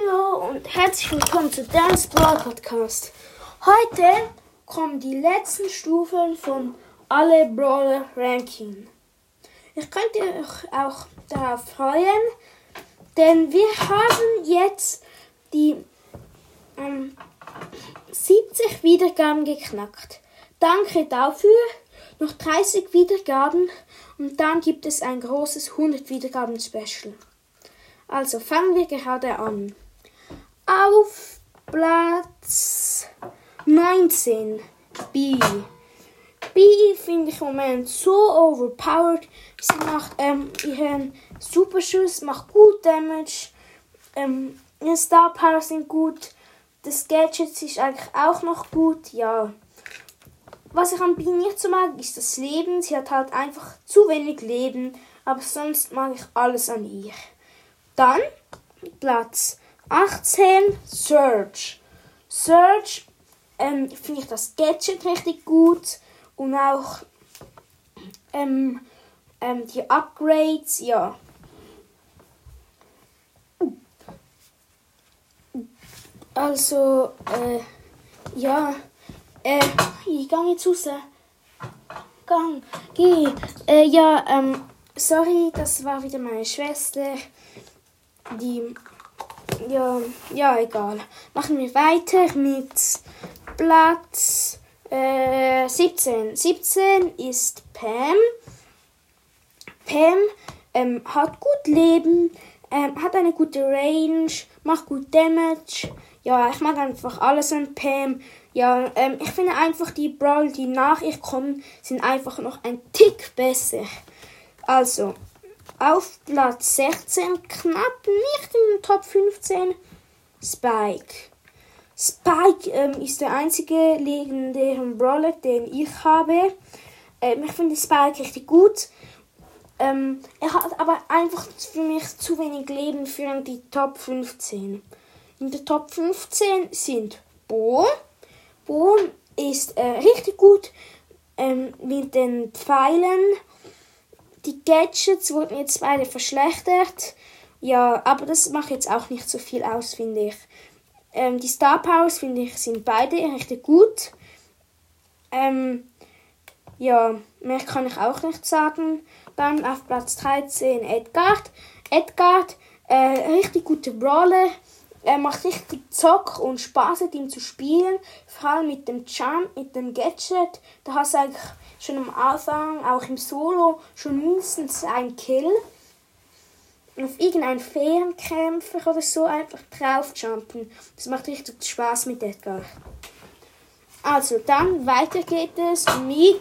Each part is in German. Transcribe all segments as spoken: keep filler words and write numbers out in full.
Hallo und herzlich willkommen zu Dan's Brawl Podcast. Heute kommen die letzten Stufen von alle Brawler Ranking. Ich könnte euch auch darauf freuen, denn wir haben jetzt die ähm, siebzig Wiedergaben geknackt. Danke dafür. Noch dreißig Wiedergaben und dann gibt es ein großes hundert Wiedergaben Special. Also fangen wir gerade an. Auf Platz neunzehn, B. B finde ich im Moment so overpowered. Sie macht ähm, ihren Superschuss, macht gut Damage. Ähm, ihre Star Power sind gut. Das Gadget ist eigentlich auch noch gut. Ja. Was ich an B nicht so mag, ist das Leben. Sie hat halt einfach zu wenig Leben. Aber sonst mag ich alles an ihr. Dann Platz achtzehn, Surge. Surge ähm, finde ich das Gadget richtig gut. Und auch ähm, ähm, die Upgrades, ja. Also, äh, ja. Äh, ich gehe jetzt raus. Gang, geh. Äh, ja, ähm, sorry, das war wieder meine Schwester. Die, ja, ja, egal. Machen wir weiter mit Platz äh, siebzehn. siebzehn ist Pam. Pam ähm, hat gut Leben, ähm, hat eine gute Range, macht gut Damage. Ja, ich mag einfach alles an Pam. Ja, ähm, ich finde einfach die Brawl, die nach ihr kommen, sind einfach noch ein Tick besser. Also, auf Platz sechzehn, knapp nicht in den Top fünfzehn, Spike. Spike ähm, ist der einzige legendäre Brawler, den ich habe. Ähm, ich finde Spike richtig gut. Ähm, er hat aber einfach für mich zu wenig Leben für die Top fünfzehn. In der Top fünfzehn sind Bo. Bo ist äh, richtig gut ähm, mit den Pfeilen. Die Gadgets wurden jetzt beide verschlechtert. Ja, aber das macht jetzt auch nicht so viel aus, finde ich. Ähm, die Star Powers, finde ich, sind beide richtig gut. Ähm, ja, mehr kann ich auch nicht sagen. Dann auf Platz dreizehn Edgar. Edgar, äh, richtig guter Brawler. Er macht richtig Zock und Spaß, mit ihm zu spielen. Vor allem mit dem Jump, mit dem Gadget. Da hast du eigentlich schon am Anfang, auch im Solo, schon mindestens einen Kill. Auf irgendeinen Fernkämpfer oder so einfach draufjumpen. Das macht richtig Spaß mit Edgar. Also, dann weiter geht es mit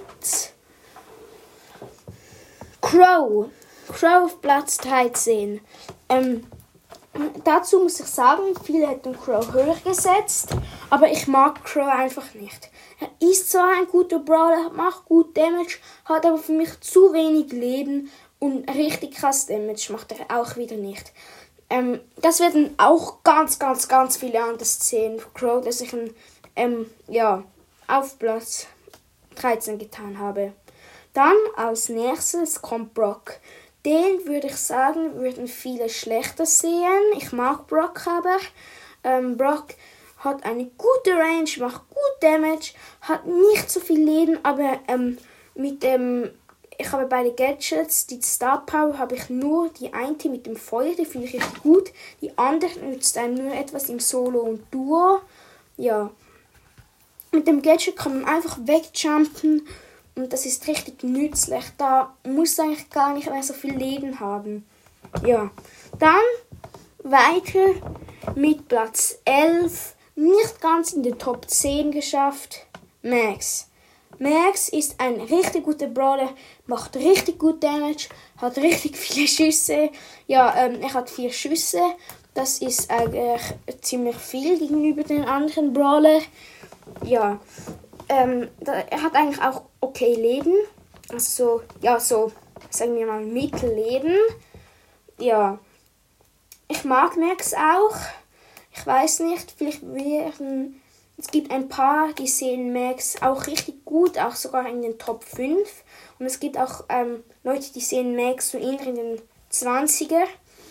Crow. Crow auf Platz dreizehn. Ähm, dazu muss ich sagen, viele hätten Crow höher gesetzt, aber ich mag Crow einfach nicht. Er ist zwar ein guter Brawler, macht gut Damage, hat aber für mich zu wenig Leben und richtig krass Damage macht er auch wieder nicht. Ähm, das werden auch ganz, ganz, ganz viele anders sehen. Crow, dass ich ihn ähm, ja, auf Platz dreizehn getan habe. Dann als nächstes kommt Brock. Den würde ich sagen, würden viele schlechter sehen. Ich mag Brock aber. Ähm, Brock hat eine gute Range, macht gut Damage, hat nicht so viel Leben, aber ähm, mit dem, ich habe beide Gadgets, die Star Power habe ich nur die eine mit dem Feuer, die finde ich richtig gut. Die andere nützt einem nur etwas im Solo und Duo. Ja. Mit dem Gadget kann man einfach wegjumpen. Und das ist richtig nützlich. Da muss eigentlich gar nicht mehr so viel Leben haben. Ja. Dann weiter mit Platz elf. Nicht ganz in den Top zehn geschafft. Max. Max ist ein richtig guter Brawler. Macht richtig gut Damage. Hat richtig viele Schüsse. Ja, ähm, er hat vier Schüsse. Das ist eigentlich ziemlich viel gegenüber den anderen Brawlern. Ja. Ähm, er hat eigentlich auch okay Leben. Also so, ja, so, sagen wir mal, Mittelleben. Ja. Ich mag Max auch. Ich weiß nicht, vielleicht werden... Es gibt ein paar, die sehen Max auch richtig gut, auch sogar in den Top fünf. Und es gibt auch ähm, Leute, die sehen Max so eher in den zwanziger.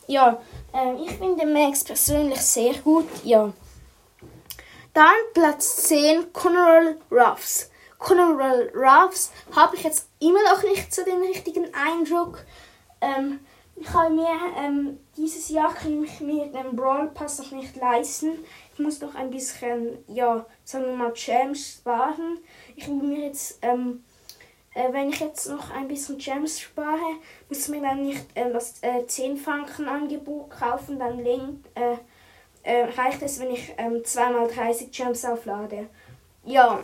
Ja, ähm, ich finde Max persönlich sehr gut, ja. Dann Platz zehn, Conor Ruffs. Conor Ruffs habe ich jetzt immer noch nicht so den richtigen Eindruck. Ähm, ich habe mir ähm, dieses Jahr kann ich mir den Brawl Pass noch nicht leisten. Ich muss noch ein bisschen, ja, sagen wir mal, Gems sparen. Ich will mir jetzt, ähm, äh, wenn ich jetzt noch ein bisschen Gems spare, muss ich mir dann nicht äh, das äh, zehn Franken Angebot kaufen, dann lehnt, äh, äh, reicht es, wenn ich ähm, zwei mal dreißig Gems auflade. Ja.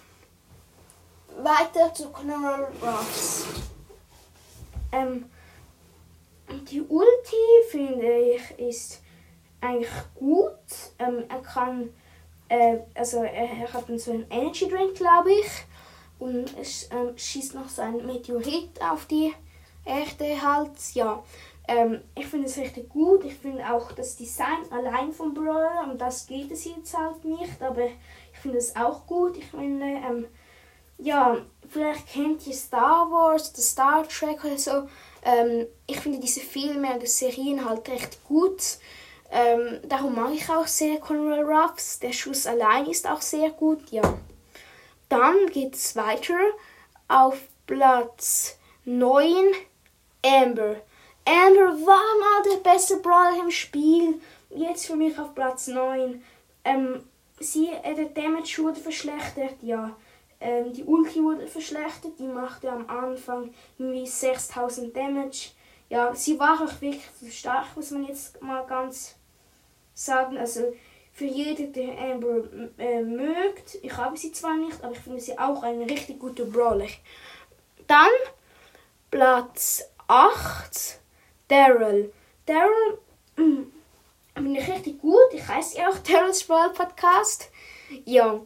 Weiter zu Conor Ruffs. Ähm, die Ulti, finde ich, ist eigentlich gut. Ähm, er kann, äh, also er, er hat so einen Energy Drink, glaube ich. Und es ähm, schießt noch so ein Meteorit auf die Erde halt. Ja, ähm, ich finde es richtig gut. Ich finde auch das Design allein vom Brawler, und das geht es jetzt halt nicht, aber ich finde es auch gut. Ich finde, ähm, ja, vielleicht kennt ihr Star Wars oder Star Trek oder so. Ähm, ich finde diese Filme oder Serien halt recht gut. Ähm, darum mag ich auch sehr Conor Ruffs. Der Schuss allein ist auch sehr gut, ja. Dann geht es weiter auf Platz neun, Amber. Amber war mal der beste Brawler im Spiel. Jetzt für mich auf Platz neun. Ähm, sie, äh, der Damage wurde verschlechtert, ja. Ähm, die Ulti wurde verschlechtert. Die machte am Anfang irgendwie sechstausend Damage. Ja, sie war auch wirklich zu stark, muss man jetzt mal ganz sagen. Also für jeden, der Amber äh, mögt, ich habe sie zwar nicht, aber ich finde sie auch eine richtig gute Brawler. Dann Platz acht, Daryl. Daryl mm, finde ich richtig gut. Ich heiße ja auch Daryls Brawl Podcast. Ja.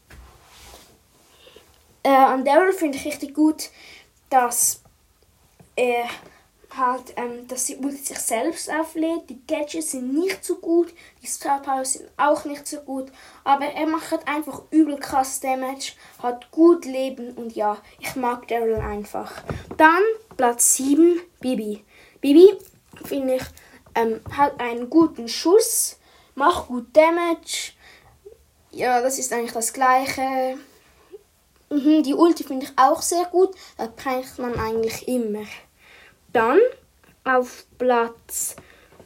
Äh, an Daryl finde ich richtig gut, dass er halt, ähm, dass die Ulti sich selbst auflädt. Die Gadgets sind nicht so gut, die Star Powers sind auch nicht so gut, aber er macht halt einfach übel krass Damage, hat gut Leben und ja, ich mag Daryl einfach. Dann Platz sieben, Bibi. Bibi, finde ich, ähm, hat einen guten Schuss, macht gut Damage. Ja, das ist eigentlich das Gleiche. Mhm, die Ulti finde ich auch sehr gut, das braucht man eigentlich immer. Dann auf Platz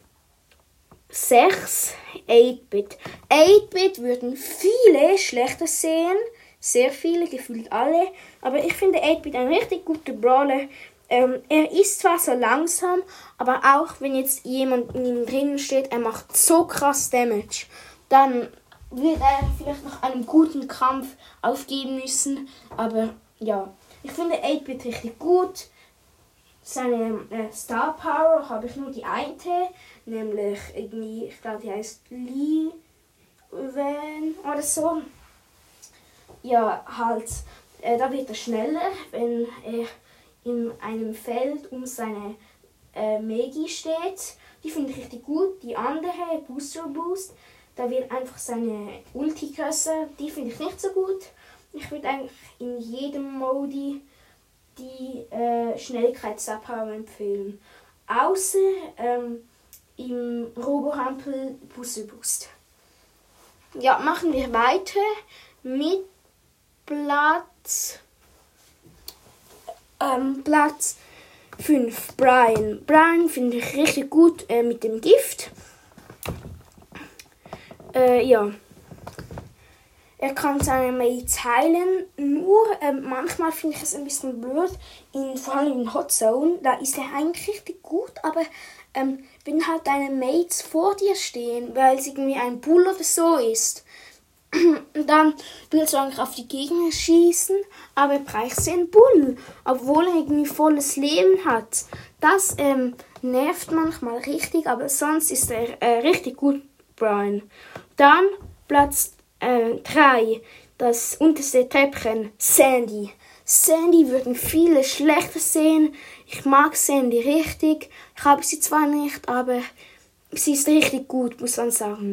sechs, acht-Bit. acht-Bit würden viele schlechter sehen. Sehr viele, gefühlt alle. Aber ich finde acht-Bit ein richtig guter Brawler. Ähm, er ist zwar so langsam, aber auch wenn jetzt jemand in ihm drinnen steht, er macht so krass Damage. Dann wird er vielleicht noch einen guten Kampf aufgeben müssen. Aber ja, ich finde acht-Bit richtig gut. Seine äh, Star Power habe ich nur die eine, nämlich irgendwie, ich glaube, die heißt Lee Van oder so. Ja, halt, äh, da wird er schneller, wenn er in einem Feld um seine äh, Megi steht. Die finde ich richtig gut. Die andere, Booster Boost, da wird einfach seine Ulti größer. Die finde ich nicht so gut. Ich würde eigentlich in jedem Modi die äh, Schnelligkeits-Star-Power empfehlen. Außer ähm, im Robohampel Booster Boost. Ja, machen wir weiter mit Platz, ähm, Platz fünf, Brian. Brian finde ich richtig gut äh, mit dem Gift. Äh, ja. Er kann seine Mates heilen, nur ähm, manchmal finde ich es ein bisschen blöd, in, vor allem in Hot Zone, da ist er eigentlich richtig gut, aber ähm, wenn halt deine Mates vor dir stehen, weil es irgendwie ein Bull oder so ist, dann willst du eigentlich auf die Gegner schießen, aber brauchst du einen Bull, obwohl er irgendwie volles Leben hat. Das ähm, nervt manchmal richtig, aber sonst ist er äh, richtig gut, Brian. Dann Platz drei, äh, das unterste Treppchen, Sandy. Sandy würden viele schlechter sehen. Ich mag Sandy richtig. Ich habe sie zwar nicht, aber sie ist richtig gut, muss man sagen.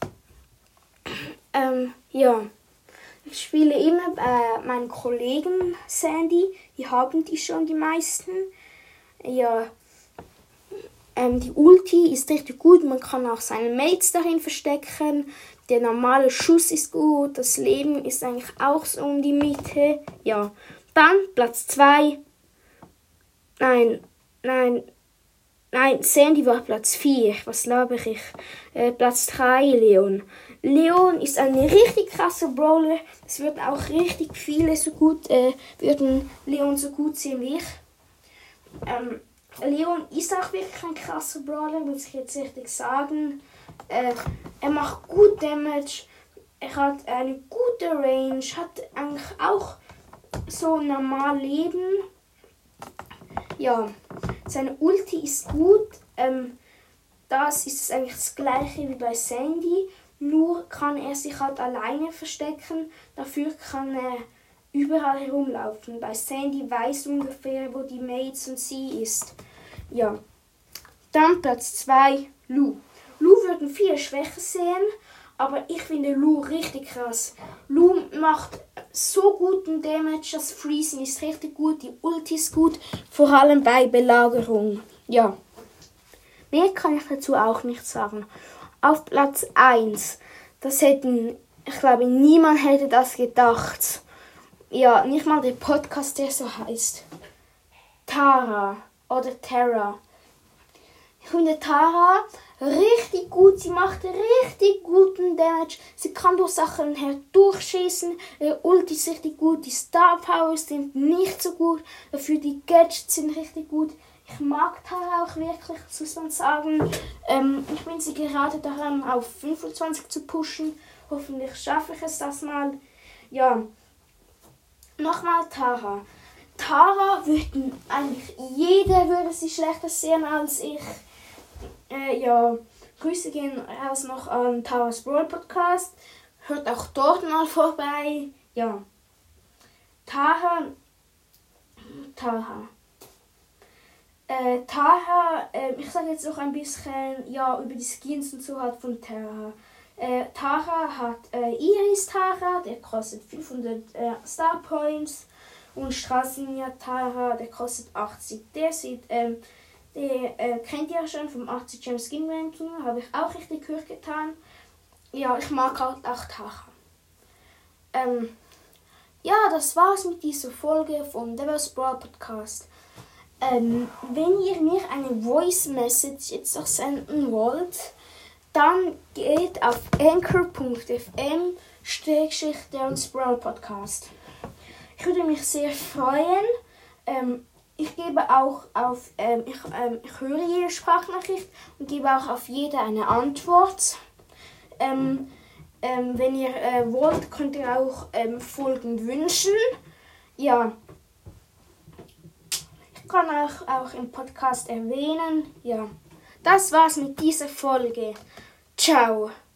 Ähm, ja. Ich spiele immer bei meinen Kollegen Sandy. Die haben die schon, die meisten. Ja. Ähm, die Ulti ist richtig gut, man kann auch seine Mates darin verstecken. Der normale Schuss ist gut, das Leben ist eigentlich auch so um die Mitte. Ja, dann Platz zwei. Nein, nein, nein, Sandy war Platz vier. Was laber ich? Äh, Platz drei, Leon. Leon ist ein richtig krasser Brawler. Es würden auch richtig viele so gut, äh, würden Leon so gut sehen wie ich. Ähm, Leon ist auch wirklich ein krasser Brawler, muss ich jetzt richtig sagen. Äh, er macht gut Damage, er hat eine gute Range, hat eigentlich auch so normal Leben. Ja, seine Ulti ist gut. Ähm, das ist eigentlich das gleiche wie bei Sandy, nur kann er sich halt alleine verstecken. Dafür kann er überall herumlaufen. Bei Sandy weiß ungefähr, wo die Mates und sie ist. Ja. Dann Platz zwei, Lu. Lu würden viele Schwächen sehen, aber ich finde Lu richtig krass. Lu macht so guten Damage, das Freezen ist richtig gut, die Ulti ist gut, vor allem bei Belagerung. Ja. Mehr kann ich dazu auch nicht sagen. Auf Platz eins, das hätten, ich glaube, niemand hätte das gedacht. Ja, nicht mal der Podcast, der so heißt. Tara oder Terra. Ich finde Tara richtig gut. Sie macht richtig guten Damage. Sie kann durch Sachen herdurchschießen. Ihre Ulti ist richtig gut. Die Star Powers sind nicht so gut. Dafür die Gadgets sind richtig gut. Ich mag Tara auch wirklich, muss man sagen. Ähm, ich bin sie gerade daran, auf fünfundzwanzig zu pushen. Hoffentlich schaffe ich es das mal. Ja. Nochmal Tara. Tara würde eigentlich jeder würde sie schlechter sehen als ich. Äh, ja, Grüße gehen raus noch an Taras Brawl Podcast. Hört auch dort mal vorbei. Ja. Tara. Tara. Äh, Tara, äh, ich sage jetzt noch ein bisschen ja, über die Skins und so halt von Tara. Äh, Tara hat äh, Iris Tara, der kostet fünfhundert äh, Star Points. Und Straßenlinie Tara, der kostet achtzig. Der sieht, ähm, der äh, kennt ihr ja schon vom achtzig Gem Skin Ranking, habe ich auch richtig hoch getan. Ja, ich mag halt auch Tara. Ähm, ja, das war's mit dieser Folge von Devil's Brawl Podcast. Ähm, wenn ihr mir eine Voice Message jetzt noch senden wollt, dann geht auf anchor punkt f m slash Devil's Brawl Podcast. Ich würde mich sehr freuen. Ähm, ich gebe auch auf, ähm, ich, ähm, ich höre jede Sprachnachricht und gebe auch auf jede eine Antwort. Ähm, ähm, wenn ihr äh, wollt, könnt ihr auch ähm, Folgen wünschen. Ja. Ich kann auch, auch im Podcast erwähnen. Ja. Das war's mit dieser Folge. Ciao.